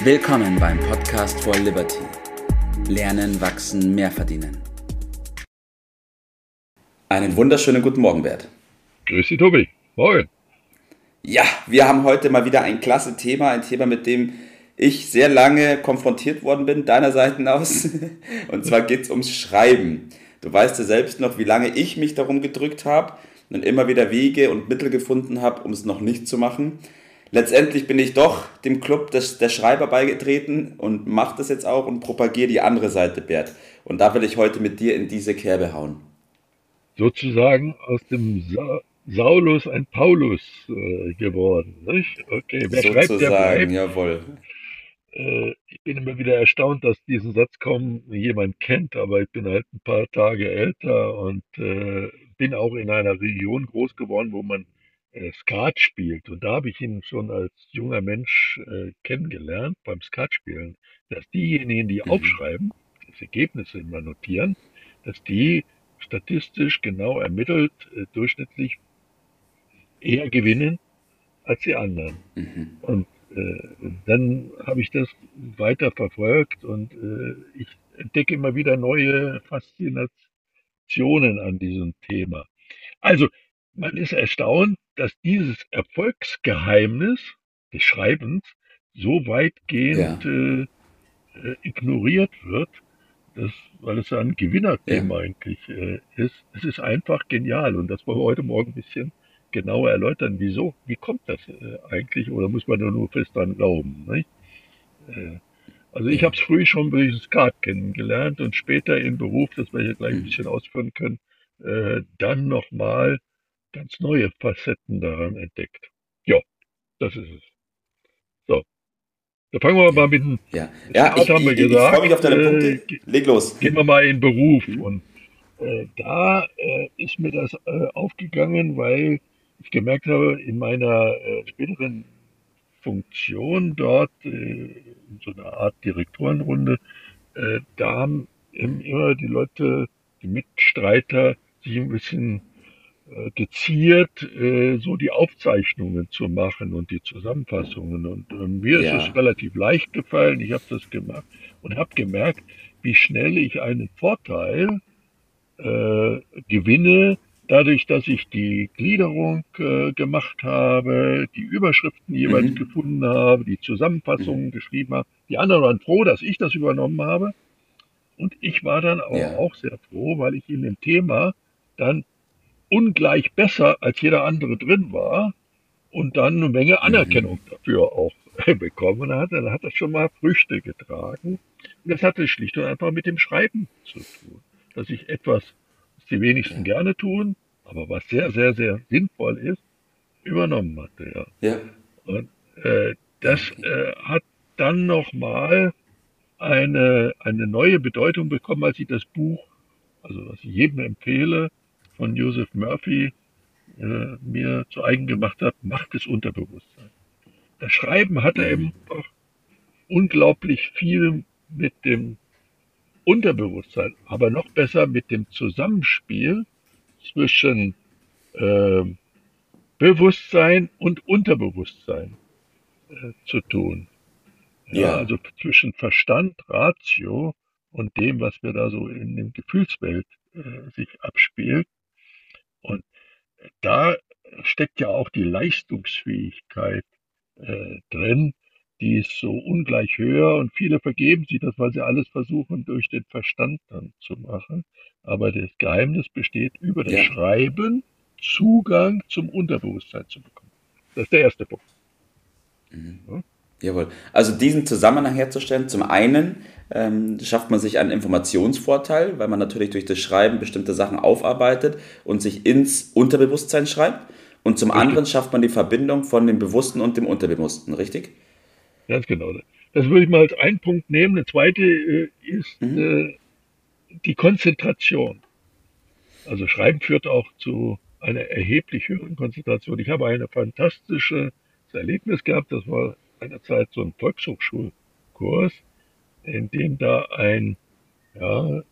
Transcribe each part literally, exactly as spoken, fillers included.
Willkommen beim Podcast for Liberty. Lernen, wachsen, mehr verdienen. Einen wunderschönen guten Morgen, Bert. Grüß dich, Tobi. Moin. Ja, wir haben heute mal wieder ein klasse Thema, ein Thema, mit dem ich sehr lange konfrontiert worden bin, deiner Seite aus. Und zwar geht es ums Schreiben. Du weißt ja selbst noch, wie lange ich mich darum gedrückt habe und immer wieder Wege und Mittel gefunden habe, um es noch nicht zu machen. Letztendlich bin ich doch dem Club des, der Schreiber beigetreten und mache das jetzt auch und propagiere die andere Seite, Bert. Und da will ich heute mit dir in diese Kerbe hauen. Sozusagen aus dem Sa Saulus ein Paulus äh, geworden, nicht? Okay, wer schreibt, der Sozusagen, bleibt. jawohl. Äh, ich bin immer wieder erstaunt, dass diesen Satz kaum jemand kennt, aber ich bin halt ein paar Tage älter und äh, bin auch in einer Region groß geworden, wo man äh, Skat spielt. Und da habe ich ihn schon als junger Mensch äh, kennengelernt beim Skatspielen, dass diejenigen, die Mhm. aufschreiben, das Ergebnis immer notieren, dass die statistisch genau ermittelt äh, durchschnittlich eher gewinnen als die anderen. Mhm. Und äh, dann habe ich das weiter verfolgt und äh, ich entdecke immer wieder neue Faszinationen an diesem Thema. Also, man ist erstaunt, dass dieses Erfolgsgeheimnis des Schreibens so weitgehend Ja, äh, äh, ignoriert wird, dass, weil es ja ein ja. Gewinnerthema eigentlich äh, ist. Es ist einfach genial und das wollen wir heute Morgen ein bisschen genauer erläutern. Wieso? Wie kommt das äh, eigentlich? Oder muss man da nur fest dran glauben? Nicht? Äh, also ich Ja. habe es früh schon durch das Skat kennengelernt und später im Beruf, das wir hier gleich ein bisschen Mhm. ausführen können, äh, dann nochmal ganz neue Facetten daran entdeckt. Ja, das ist es. So, da fangen wir Ja. mal mit dem Ja, ja, Skat, ich, haben wir ich, ich freue mich auf gesagt. deine Äh, Punkte. Leg los. Gehen wir mal in Beruf. Mhm. Und äh, da äh, ist mir das äh, aufgegangen, weil ich gemerkt habe, in meiner äh, späteren Funktion dort, äh, in so einer Art Direktorenrunde, äh, da haben eben immer die Leute, die Mitstreiter, sich ein bisschen äh, geziert, äh, so die Aufzeichnungen zu machen und die Zusammenfassungen. Und äh, mir ist es Ja. relativ leicht gefallen. Ich habe das gemacht und habe gemerkt, wie schnell ich einen Vorteil äh, gewinne, dadurch, dass ich die Gliederung äh, gemacht habe, die Überschriften jeweils Mhm. gefunden habe, die Mhm. Zusammenfassungen geschrieben habe. Die anderen waren froh, dass ich das übernommen habe. Und ich war dann aber Ja. auch sehr froh, weil ich in dem Thema dann ungleich besser als jeder andere drin war und dann eine Menge Mhm. Anerkennung dafür auch bekommen hat. Dann hat das schon mal Früchte getragen. Und das hatte schlicht und einfach mit dem Schreiben zu tun. Dass ich etwas, was die wenigsten Ja. gerne tun, aber was sehr, sehr, sehr sinnvoll ist, übernommen hatte. Ja. Ja. Und äh, Ja, das okay. äh, hat dann nochmal eine, eine neue Bedeutung bekommen, als ich das Buch, also was ich jedem empfehle, von Joseph Murphy äh, mir zu eigen gemacht habe, Macht des Unterbewusstseins. Das Schreiben hatte Mhm. eben auch unglaublich viel mit dem Unterbewusstsein, aber noch besser mit dem Zusammenspiel zwischen äh, Bewusstsein und Unterbewusstsein äh, zu tun. Ja, Ja. also zwischen Verstand, Ratio und dem, was wir da so in dem Gefühlswelt äh, sich abspielt. Und da steckt ja auch die Leistungsfähigkeit äh, drin, die ist so ungleich höher und viele vergeben sich das, weil sie alles versuchen, durch den Verstand dann zu machen. Aber das Geheimnis besteht, über das Ja. Schreiben Zugang zum Unterbewusstsein zu bekommen. Das ist der erste Punkt. Ja? Jawohl. Also diesen Zusammenhang herzustellen, zum einen ähm, schafft man sich einen Informationsvorteil, weil man natürlich durch das Schreiben bestimmte Sachen aufarbeitet und sich ins Unterbewusstsein schreibt. Und zum Richtig, anderen schafft man die Verbindung von dem Bewussten und dem Unterbewussten, richtig? ganz genau. Das würde ich mal als einen Punkt nehmen. Der zweite äh, ist Mhm. äh, die Konzentration. Also Schreiben führt auch zu einer erheblich höheren Konzentration. Ich habe ein fantastisches Erlebnis gehabt. Das war einerzeit so ein Volkshochschulkurs, in dem da ein ja,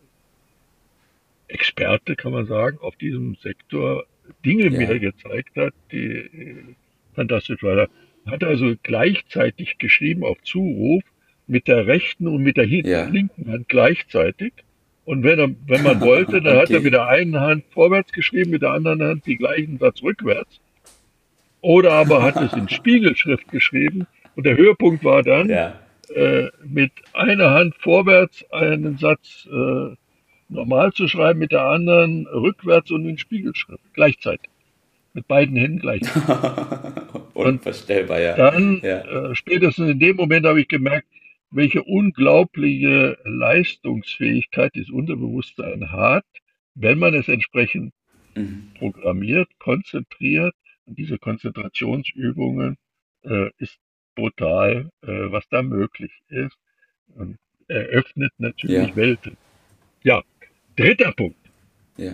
Experte, kann man sagen, auf diesem Sektor Dinge mir Ja. gezeigt hat, die äh, fantastisch waren. Er hat also gleichzeitig geschrieben auf Zuruf, mit der rechten und mit der hin- Ja. linken Hand gleichzeitig. Und wenn er, wenn man wollte, dann hat er mit Okay. der einen Hand vorwärts geschrieben, mit der anderen Hand die gleichen Satz rückwärts. Oder aber hat es in Spiegelschrift geschrieben. Und der Höhepunkt war dann, Ja. äh, mit einer Hand vorwärts einen Satz äh, normal zu schreiben, mit der anderen rückwärts und in Spiegelschrift gleichzeitig. Mit beiden Händen gleichzeitig. Und Unvorstellbar, ja. dann, Ja. äh, spätestens in dem Moment habe ich gemerkt, welche unglaubliche Leistungsfähigkeit das Unterbewusstsein hat, wenn man es entsprechend Mhm. programmiert, konzentriert. Und diese Konzentrationsübungen äh, ist brutal, äh, was da möglich ist. Und eröffnet Ja. natürlich Welten. Ja, dritter Punkt. Ja.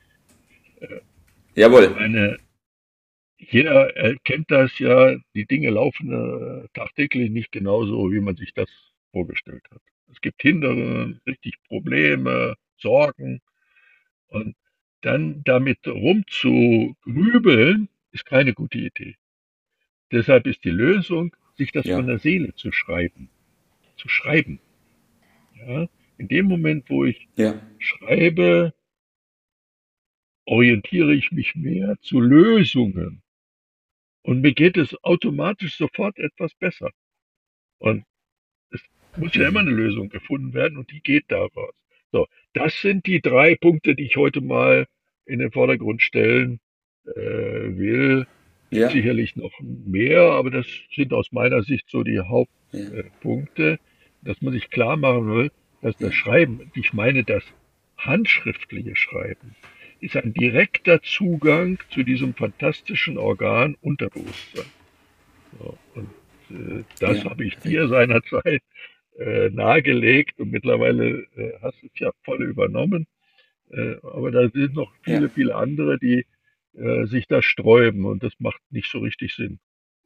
Jawohl. Eine, jeder kennt das ja, die Dinge laufen äh, tagtäglich nicht genauso, wie man sich das vorgestellt hat. Es gibt Hindernisse, richtig Probleme, Sorgen. Und dann damit rumzugrübeln, ist keine gute Idee. Deshalb ist die Lösung, sich das von Ja. der Seele zu schreiben. Zu schreiben. Ja? In dem Moment, wo ich Ja. schreibe, orientiere ich mich mehr zu Lösungen. Und mir geht es automatisch sofort etwas besser. Und es muss ja immer Mhm. eine Lösung gefunden werden und die geht daraus. So, das sind die drei Punkte, die ich heute mal in den Vordergrund stellen äh, will. Gibt Ja. sicherlich noch mehr, aber das sind aus meiner Sicht so die Ja. Hauptpunkte, dass man sich klar machen will, dass das Ja. Schreiben, ich meine das handschriftliche Schreiben, ist ein direkter Zugang zu diesem fantastischen Organ Unterbewusstsein. So, und äh, das Ja. habe ich Richtig. dir seinerzeit äh, nahegelegt und mittlerweile äh, hast du es ja voll übernommen. Äh, aber da sind noch Ja. viele, viele andere, die äh, sich da sträuben und das macht nicht so richtig Sinn.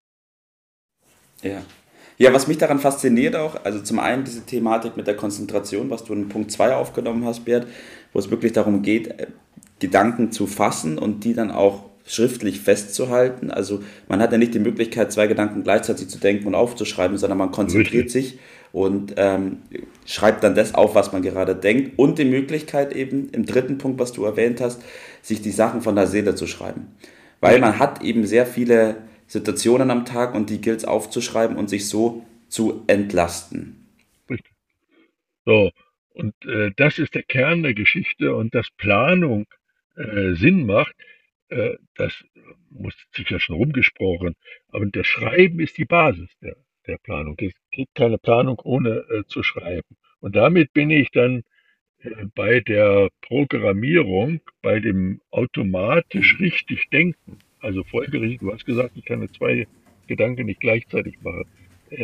Ja. Ja, was mich daran fasziniert auch, also zum einen diese Thematik mit der Konzentration, was du in Punkt zwei aufgenommen hast, Bert, wo es wirklich darum geht, äh, Gedanken zu fassen und die dann auch schriftlich festzuhalten. Also man hat ja nicht die Möglichkeit, zwei Gedanken gleichzeitig zu denken und aufzuschreiben, sondern man Richtig. konzentriert sich und ähm, schreibt dann das auf, was man gerade denkt. Und die Möglichkeit eben, im dritten Punkt, was du erwähnt hast, sich die Sachen von der Seele zu schreiben. Weil Richtig. man hat eben sehr viele Situationen am Tag und die gilt es aufzuschreiben und sich so zu entlasten. Richtig. So. Und äh, das ist der Kern der Geschichte und dass Planung äh, Sinn macht, äh, das muss sicher schon rumgesprochen, aber das Schreiben ist die Basis der, der Planung. Es gibt keine Planung ohne äh, zu schreiben. Und damit bin ich dann äh, bei der Programmierung, bei dem automatisch Mhm. richtig Denken. Also folgerichtig, du hast gesagt, ich kann zwei Gedanken nicht gleichzeitig machen. Äh,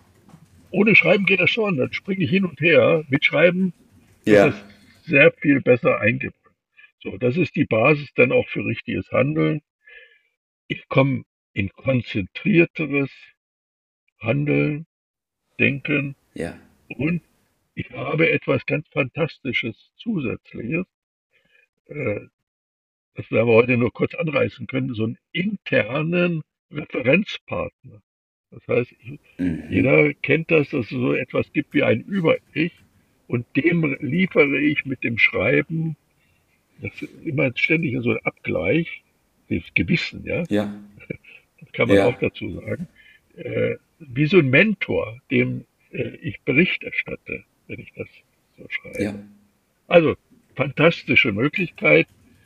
ohne Schreiben geht das schon, dann springe ich hin und her. Mit Schreiben wird Ja, das sehr viel besser eingebaut. So, das ist die Basis dann auch für richtiges Handeln. Ich komme in konzentrierteres Handeln, Denken ja, und ich habe etwas ganz Fantastisches Zusätzliches. Äh, Das werden wir heute nur kurz anreißen können, so einen internen Referenzpartner. Das heißt, mhm. jeder kennt das, dass es so etwas gibt wie ein Über-Ich und dem liefere ich mit dem Schreiben, das ist immer ständig so ein Abgleich, das Gewissen, ja, Ja, das kann man auch ja, dazu sagen, äh, wie so ein Mentor, dem äh, ich Bericht erstatte, wenn ich das so ja, schreibe. Also, fantastische Möglichkeit,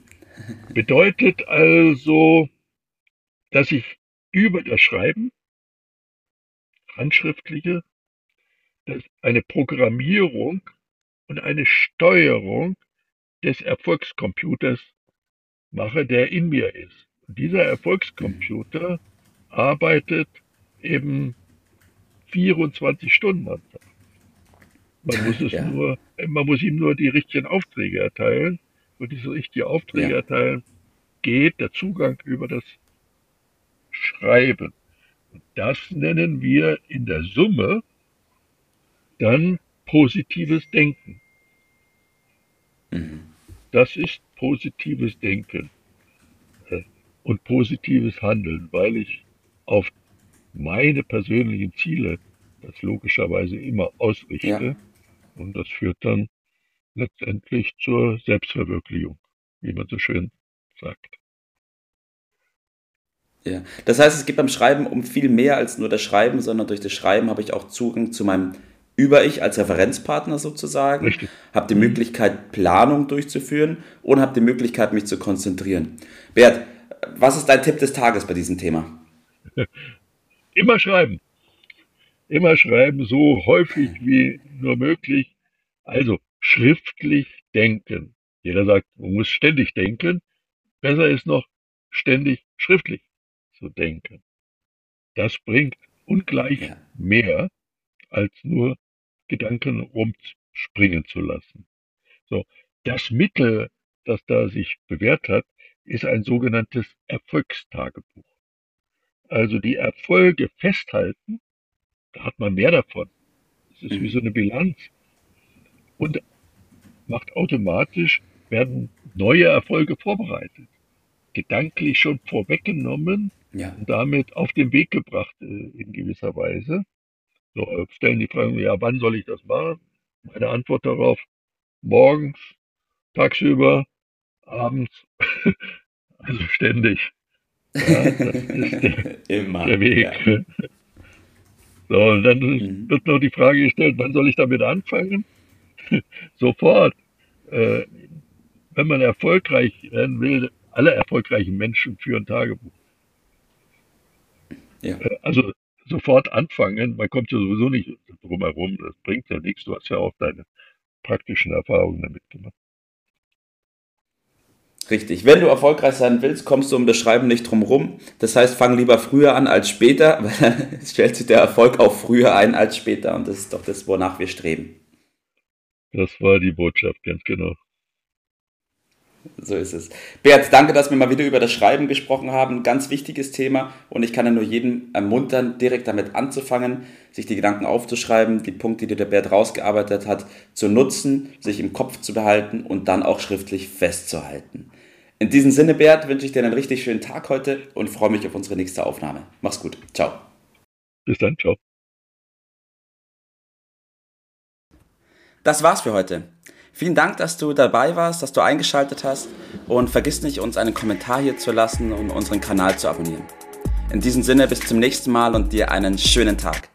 bedeutet also, dass ich über das Schreiben, handschriftliche, das eine Programmierung und eine Steuerung des Erfolgscomputers mache, der in mir ist. Und dieser Erfolgscomputer arbeitet eben vierundzwanzig Stunden am Tag. Man muss es ja, nur, man muss ihm nur die richtigen Aufträge erteilen. Und diese richtigen Aufträge ja, erteilen geht der Zugang über das Schreiben. Das nennen wir in der Summe dann positives Denken. mhm. Das ist positives Denken äh, und positives Handeln, weil ich auf meine persönlichen Ziele das logischerweise immer ausrichte. Ja. Und das führt dann letztendlich zur Selbstverwirklichung, wie man so schön sagt. Ja. Das heißt, es geht beim Schreiben um viel mehr als nur das Schreiben, sondern durch das Schreiben habe ich auch Zugang zu meinem Über-Ich als Referenzpartner sozusagen, Richtig. habe die Mhm. Möglichkeit, Planung durchzuführen und habe die Möglichkeit, mich zu konzentrieren. Bert, was ist dein Tipp des Tages bei diesem Thema? Immer schreiben. Immer schreiben, so häufig wie nur möglich. Also schriftlich denken. Jeder sagt, man muss ständig denken. Besser ist noch, ständig schriftlich zu denken. Das bringt ungleich Ja, mehr, als nur Gedanken rumspringen zu lassen. So, das Mittel, das da sich bewährt hat, ist ein sogenanntes Erfolgstagebuch. Also die Erfolge festhalten, da hat man mehr davon. Es ist wie so eine Bilanz und macht automatisch, werden neue Erfolge vorbereitet, gedanklich schon vorweggenommen ja, und damit auf den Weg gebracht äh, in gewisser Weise. So, äh, stellen die Fragen, ja, wann soll ich das machen? Meine Antwort darauf, morgens, tagsüber, abends, also ständig. Ja, das ist der, immer, der Weg. ja. So, und dann Mhm. wird noch die Frage gestellt, wann soll ich damit anfangen? Sofort. Äh, wenn man erfolgreich werden will, alle erfolgreichen Menschen führen Tagebuch. Ja. Äh, also sofort anfangen, man kommt ja sowieso nicht drum herum, das bringt ja nichts, du hast ja auch deine praktischen Erfahrungen damit gemacht. Richtig. Wenn du erfolgreich sein willst, kommst du um das Schreiben nicht drum rum. Das heißt, fang lieber früher an als später, weil dann stellt sich der Erfolg auch früher ein als später. Und das ist doch das, wonach wir streben. Das war die Botschaft, ganz genau. So ist es. Bert, danke, dass wir mal wieder über das Schreiben gesprochen haben. Ganz wichtiges Thema. Und ich kann ja nur jeden ermuntern, direkt damit anzufangen, sich die Gedanken aufzuschreiben, die Punkte, die der Bert rausgearbeitet hat, zu nutzen, sich im Kopf zu behalten und dann auch schriftlich festzuhalten. In diesem Sinne, Bert, wünsche ich dir einen richtig schönen Tag heute und freue mich auf unsere nächste Aufnahme. Mach's gut. Ciao. Bis dann, ciao. Das war's für heute. Vielen Dank, dass du dabei warst, dass du eingeschaltet hast und vergiss nicht, uns einen Kommentar hier zu lassen und unseren Kanal zu abonnieren. In diesem Sinne, bis zum nächsten Mal und dir einen schönen Tag.